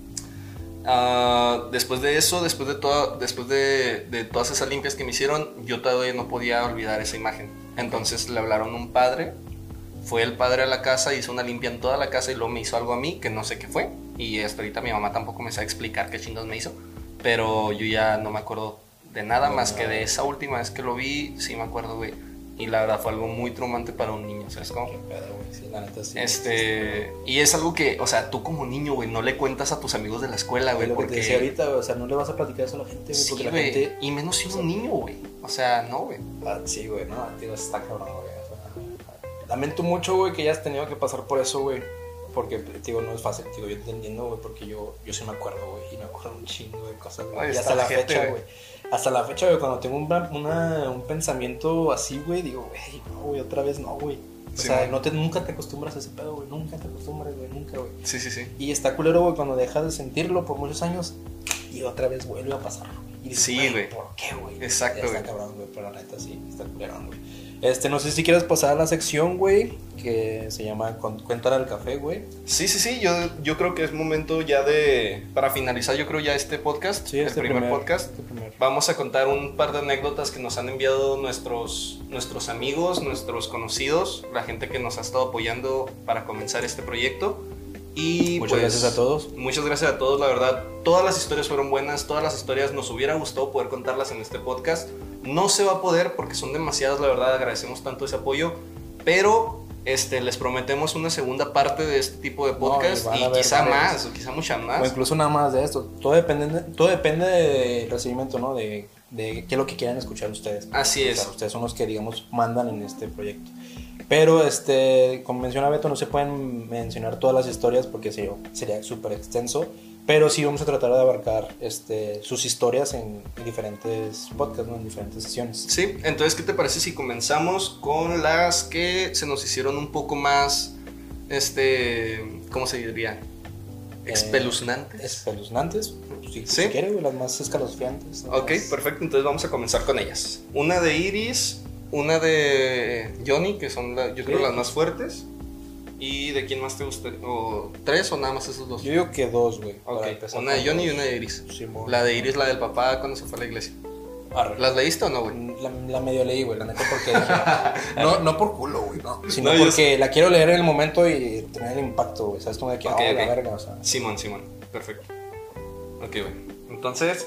después de eso, después de todas esas limpias que me hicieron, yo todavía no podía olvidar esa imagen. Entonces le hablaron a un padre, fue el padre a la casa, hizo una limpia en toda la casa y luego me hizo algo a mí que no sé qué fue. Y hasta ahorita mi mamá tampoco me sabe explicar qué chingados me hizo, pero yo ya no me acuerdo de nada más que de esa última vez que lo vi. Sí me acuerdo, güey. Y la verdad fue algo muy traumante para un niño, ¿sabes cómo? Qué pedo, güey. Sí, la neta sí. Y es algo que, o sea, tú como niño, güey, no le cuentas a tus amigos de la escuela, güey, porque... te decía ahorita, güey, o sea, no le vas a platicar eso a la gente, güey, sí, porque güey, la gente... y menos siendo un niño, güey. O sea, no, güey. Sí, güey, no, tío, está cabrón, güey. O sea, lamento mucho, güey, que hayas tenido que pasar por eso, güey. Porque, digo, no es fácil, digo, yo te entiendo, güey, porque yo sí me acuerdo, güey, y me acuerdo un chingo de cosas, güey. Ay, y hasta la fecha, güey. Hasta la fecha, güey, cuando tengo un pensamiento así, güey, digo, güey, no, güey, otra vez no, güey. O sí, sea, nunca te acostumbras a ese pedo, güey, nunca te acostumbras, güey, nunca, güey. Sí. Y está culero, güey, cuando dejas de sentirlo por muchos años y otra vez vuelve a pasar, güey. Y dices, sí, güey. ¿Por qué, güey? Exacto, güey. Está cabrón, güey, pero la neta sí, está culero, güey. No sé si quieres pasar a la sección, güey, que se llama Cuéntale al café, güey. Sí, yo creo que es momento ya para finalizar, yo creo ya este podcast, sí, el primer podcast. Vamos a contar un par de anécdotas que nos han enviado nuestros amigos, nuestros conocidos, la gente que nos ha estado apoyando para comenzar este proyecto. Y muchas gracias a todos. Muchas gracias a todos, la verdad. Todas las historias fueron buenas, todas las historias nos hubiera gustado poder contarlas en este podcast. No se va a poder porque son demasiadas, la verdad. Agradecemos tanto ese apoyo, pero les prometemos una segunda parte de este tipo de podcast, y quizá más, o quizá mucha más. O incluso nada más de esto. Todo depende del recibimiento, ¿no? De qué es lo que quieran escuchar ustedes. Así es. O sea, ustedes son los que, digamos, mandan en este proyecto. Pero, como menciona Beto, no se pueden mencionar todas las historias porque sería súper extenso. Pero sí vamos a tratar de abarcar sus historias en diferentes podcasts, ¿no? En diferentes sesiones. Sí, entonces, ¿qué te parece si comenzamos con las que se nos hicieron un poco más, ¿cómo se diría? Espeluznantes. Espeluznantes, si ¿Sí? quiere, güey, las más escalofriantes. Ok, perfecto, entonces vamos a comenzar con ellas. Una de Iris, una de Johnny, que son yo creo las más fuertes. ¿Y de quién más te gusta? ¿O tres o nada más esos dos? Yo digo que dos, güey. Ok, una de Johnny y una de Iris. Sí, La de Iris, la del papá cuando se fue a la iglesia. Arre. ¿Las leíste o no, güey? La medio leí, güey, la neta, porque dije, no por culo, güey, no. Sino No, porque la quiero leer en el momento y tener el impacto, güey. ¿Sabes? Como de que, Ok, la ok. verga, o sea. Simón, perfecto. Ok, güey. Entonces,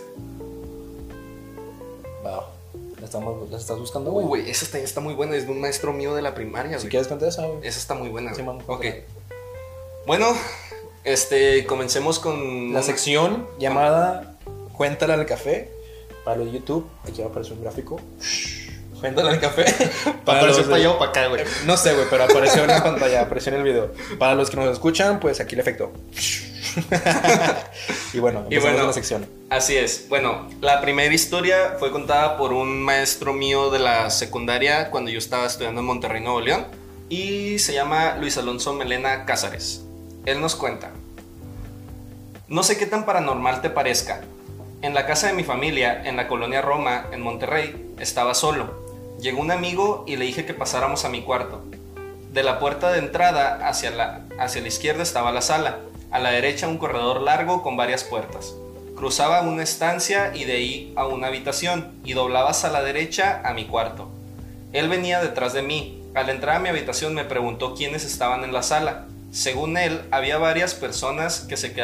Va. ¿La estás buscando, güey? güey, esa está muy buena. Es de un maestro mío de la primaria, Si güey. quieres contar esa, güey. Esa está muy buena, güey. Simón, Ok. cuéntala. Bueno, comencemos con La sección llamada Cuéntale al café. Para los de YouTube, aquí va a aparecer un gráfico. Cuéntale al café. ¿Apareció los para de- allá o para acá, güey? No sé, güey, pero apareció en la pantalla, apareció en el video. Para los que nos escuchan, pues aquí el efecto. Y bueno, empezamos con la sección. Así es. Bueno, la primera historia fue contada por un maestro mío de la secundaria cuando yo estaba estudiando en Monterrey, Nuevo León. Y se llama Luis Alonso Melena Cázares. Él nos cuenta: no sé qué tan paranormal te parezca. En la casa de mi familia, en la colonia Roma, en Monterrey, estaba solo. Llegó un amigo y le dije que pasáramos a mi cuarto. De la puerta de entrada hacia la izquierda estaba la sala. A la derecha un corredor largo con varias puertas. Cruzaba una estancia y de ahí a una habitación y doblabas a la derecha a mi cuarto. Él venía detrás de mí. Al entrar a mi habitación me preguntó quiénes estaban en la sala. Según él, había varias personas que se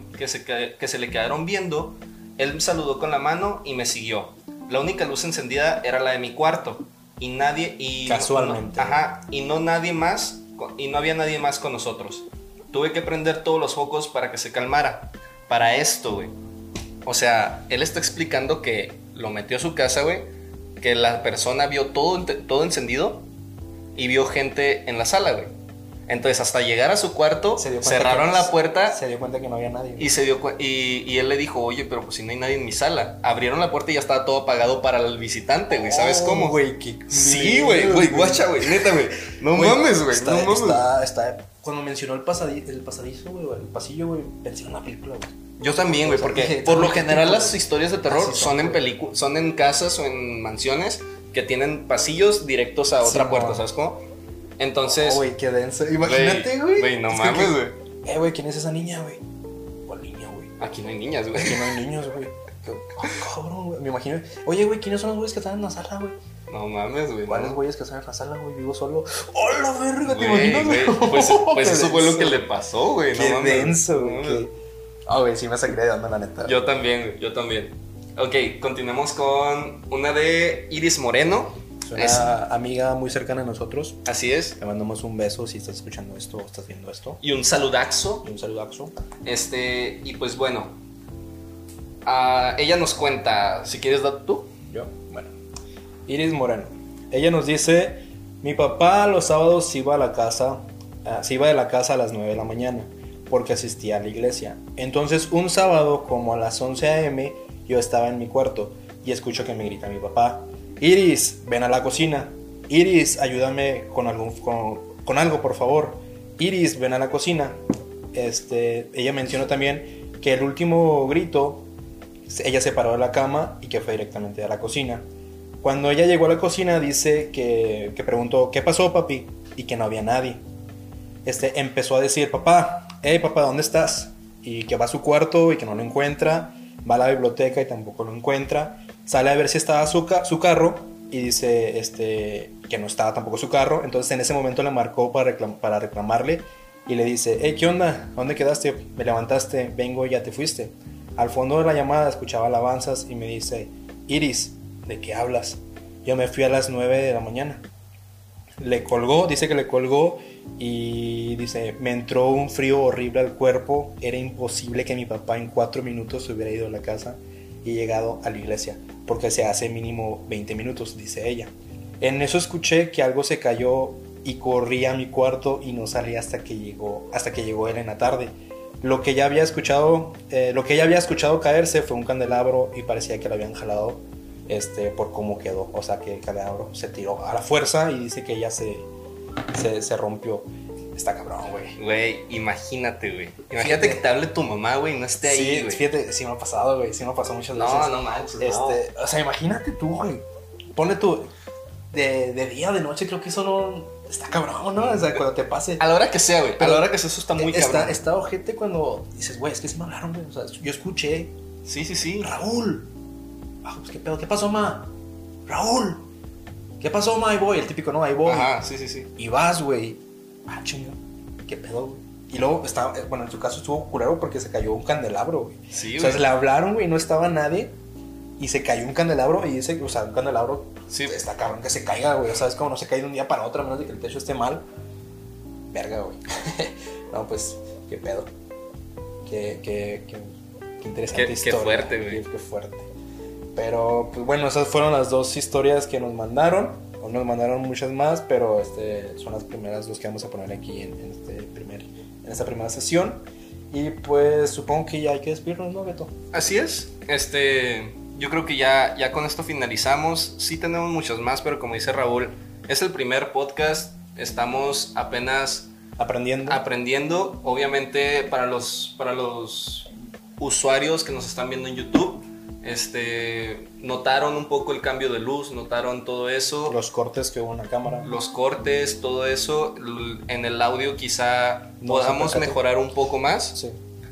le quedaron viendo. Él me saludó con la mano y me siguió. La única luz encendida era la de mi cuarto y nadie Casualmente. y no había nadie más con nosotros. Tuve que prender todos los focos para que se calmara. Para esto, güey. O sea, él está explicando que lo metió a su casa, güey, que la persona vio todo encendido y vio gente en la sala, güey. Entonces, hasta llegar a su cuarto, cerraron la puerta. Se dio cuenta que no había nadie. Y él le dijo, oye, pero pues si no hay nadie en mi sala. Abrieron la puerta y ya estaba todo apagado para el visitante, güey. ¿Sabes cómo? Güey, qué Sí, güey, guacha, güey, neta, güey. No mames, güey, no mames. Cuando mencionó el pasadizo, güey, el pasillo, güey, pensé en una película, güey. Yo también, güey, porque Dije, por lo ¿qué general tipo, las güey? historias de terror Así son güey. son en casas o en mansiones que tienen pasillos directos a otra Sí, puerta, no. ¿sabes cómo? Entonces, Güey, qué denso. Imagínate, güey. Güey, no Es que- mames, güey. Güey, ¿quién es esa niña, güey? ¿Cuál niña, güey? Aquí no hay niñas, güey. Aquí no hay niños, güey. Cabrón, güey. Me imagino. Oye, güey, ¿quiénes son los güeyes que están en la sala, güey? No mames, güey. ¿Cuáles no. güeyes que están en la sala, güey? Vivo solo. ¡Hola, verga! ¿Te Güey, imaginas, güey, pues Qué eso fue lo denso. que le pasó, güey. Qué no mames. denso, No güey. mames. Güey, sí me sacaría de onda, la neta. Yo también, güey, yo también. Ok, continuemos con una de Iris Moreno. Es una amiga muy cercana a nosotros. Así es. Le mandamos un beso si estás escuchando esto o estás viendo esto. Y un saludazo. Y un saludazo. Y pues bueno, ella nos cuenta, si quieres dar tú. Yo, bueno. Iris Moreno. Ella nos dice: mi papá los sábados se iba de la casa a las 9 de la mañana porque asistía a la iglesia. Entonces un sábado como a las 11 a.m. yo estaba en mi cuarto y escucho que me grita mi papá: Iris, ven a la cocina. Iris, ayúdame con algo, por favor. Iris, ven a la cocina. Ella mencionó también que el último grito, ella se paró de la cama y que fue directamente a la cocina. Cuando ella llegó a la cocina, dice que preguntó: ¿qué pasó, papi? Y que no había nadie. Empezó a decir: papá, papá, ¿dónde estás? Y que va a su cuarto y que no lo encuentra. Va a la biblioteca y tampoco lo encuentra. Sale a ver si estaba su carro y dice que no estaba tampoco su carro. Entonces en ese momento le marcó para reclamarle y le dice: ¿qué onda? ¿Dónde quedaste? Me levantaste, vengo y ya te fuiste. Al fondo de la llamada escuchaba alabanzas y me dice: Iris, ¿de qué hablas? Yo me fui a las 9 de la mañana. Dice que le colgó y dice: me entró un frío horrible al cuerpo. Era imposible que mi papá en 4 minutos se hubiera ido a la casa y llegado a la iglesia, porque se hace mínimo 20 minutos, dice ella. En eso escuché que algo se cayó y corrí a mi cuarto y no salí hasta que llegó él en la tarde. Lo que ella había escuchado caerse fue un candelabro y parecía que lo habían jalado por cómo quedó. O sea, que el candelabro se tiró a la fuerza y dice que ella se rompió. Está cabrón, güey. Güey, imagínate, güey. Imagínate que te hable tu mamá, güey, y no esté ahí, güey. Fíjate, sí me ha pasado, güey. Sí me ha pasado muchas veces. No manches, no. O sea, imagínate tú, güey. Ponle tú de día, de noche, creo que eso no... Está cabrón, ¿no? O sea, cuando te pase... A la hora que sea, güey. A la hora que sea, eso está muy cabrón. Está ojete cuando dices, güey, es que sí me hablaron, güey. O sea, yo escuché... Sí. Raúl. Ah, pues qué pedo, ¿qué pasó, ma? Raúl. ¿Qué pasó, ma? Ahí voy, el típico, ¿no? Ahí voy. Ajá, sí. Y vas, güey. Ah, chinga. ¿Qué pedo, güey? Y luego estaba... Bueno, en su caso estuvo culero porque se cayó un candelabro, güey. Sí, güey. O sea, le hablaron, güey, no estaba nadie. Y se cayó un candelabro y dice, o sea, un candelabro, sí, está cabrón que se caiga, güey. O sea, es como no se cae de un día para otro, a menos de que el techo esté mal. Verga, güey. No, pues, qué pedo. Qué interesante historia. Qué fuerte, güey. Qué fuerte. Pero, pues bueno, esas fueron las dos historias que nos mandaron. O nos mandaron muchas más, pero son las primeras dos que vamos a poner aquí en esta primera sesión. Y pues supongo que ya hay que despedirnos, ¿no, Beto? Así es. Yo creo que ya con esto finalizamos. Sí tenemos muchos más, pero como dice Raúl, es el primer podcast. Estamos apenas aprendiendo. Obviamente para los usuarios que nos están viendo en YouTube, notaron un poco el cambio de luz, notaron todo eso. Los cortes que hubo en la cámara. Los cortes, todo eso. En el audio quizá podamos mejorar un poco más. Sí.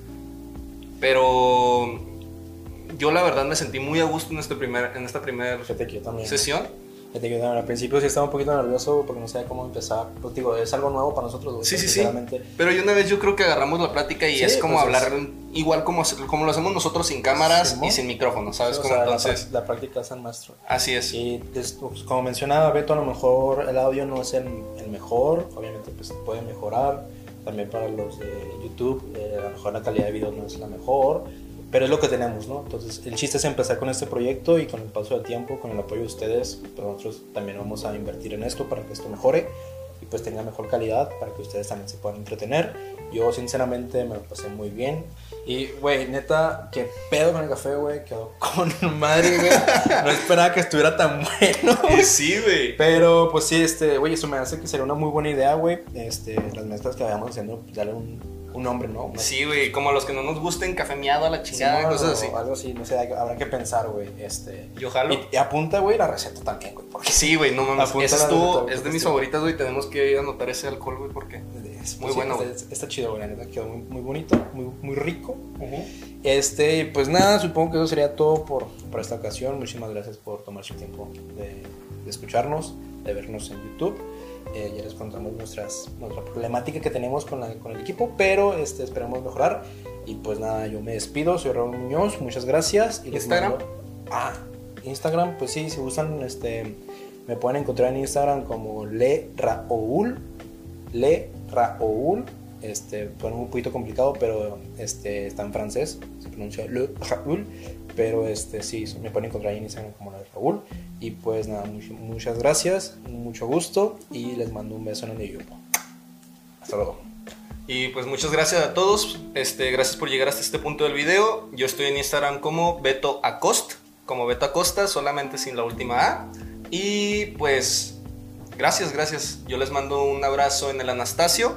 Pero yo la verdad me sentí muy a gusto en esta primera sesión. Al principio sí estaba un poquito nervioso porque no sabía cómo empezar. Pues digo, es algo nuevo para nosotros. Sí. Pero una vez yo creo que agarramos la plática y es como pues hablar igual como lo hacemos nosotros sin cámaras y sin micrófonos, ¿sabes? Sí, como entonces la práctica es el maestro. Así es. Y pues, como mencionaba Beto, a lo mejor el audio no es el mejor. Obviamente pues puede mejorar. También para los de YouTube, a lo mejor la calidad de video no es la mejor. Pero es lo que tenemos, ¿no? Entonces, el chiste es empezar con este proyecto y con el paso del tiempo, con el apoyo de ustedes, pues nosotros también vamos a invertir en esto para que esto mejore y pues tenga mejor calidad para que ustedes también se puedan entretener. Yo, sinceramente, me lo pasé muy bien. Y, güey, neta, qué pedo con el café, güey. Quedó con madre, güey. No esperaba que estuviera tan bueno. Sí, güey. Pero, pues sí, güey, eso me hace que sería una muy buena idea, güey. Las mezclas que vayamos haciendo, pues, darle un nombre, ¿no? Sí, güey, como los que no nos gusten, café miado a la chingada, sí, cosas así. Algo así, no sé, habrá que pensar, güey. Yo jalo. Y apunta, güey, la receta también, güey. Sí, güey, no mames. Esa es de mis favoritas, güey. Tenemos que anotar ese alcohol, güey, porque es muy bueno, güey. Está chido, güey, la neta, quedó muy bonito, muy rico. Pues nada, supongo que eso sería todo por esta ocasión. Muchísimas gracias por tomar su tiempo de escucharnos, de vernos en YouTube. Ya les contamos nuestra problemática que tenemos con el equipo, pero esperamos mejorar. Y pues nada, yo me despido, soy Raúl Muñoz, muchas gracias. Y ¿Instagram? Instagram, pues sí, si gustan, me pueden encontrar en Instagram como LeRaoul. Fue un poquito complicado, pero está en francés, se pronuncia Le Raoul. Pero sí, me pueden encontrar ahí en Instagram como Raúl. Y pues nada, muchas gracias, mucho gusto y les mando un beso en el yoyopo. Hasta luego. Y pues muchas gracias a todos, gracias por llegar hasta este punto del video. Yo estoy en Instagram como Beto Acosta, solamente sin la última A. Y pues gracias. Yo les mando un abrazo en el Anastasio.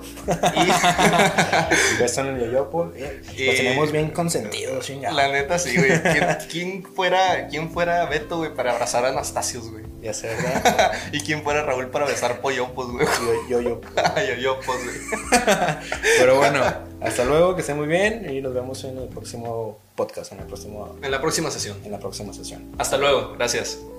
Un beso en el yoyopo. Los tenemos bien consentidos, chingada. La neta, sí, güey. ¿Quién fuera Beto, güey, para abrazar a Anastasios, güey? Ya sé, ¿verdad? ¿Y quién fuera Raúl para besar pollopos, güey? Yoyopos, güey. Pero bueno, hasta luego, que estén muy bien. Y nos vemos en el próximo podcast, en la próxima sesión. Hasta luego, gracias.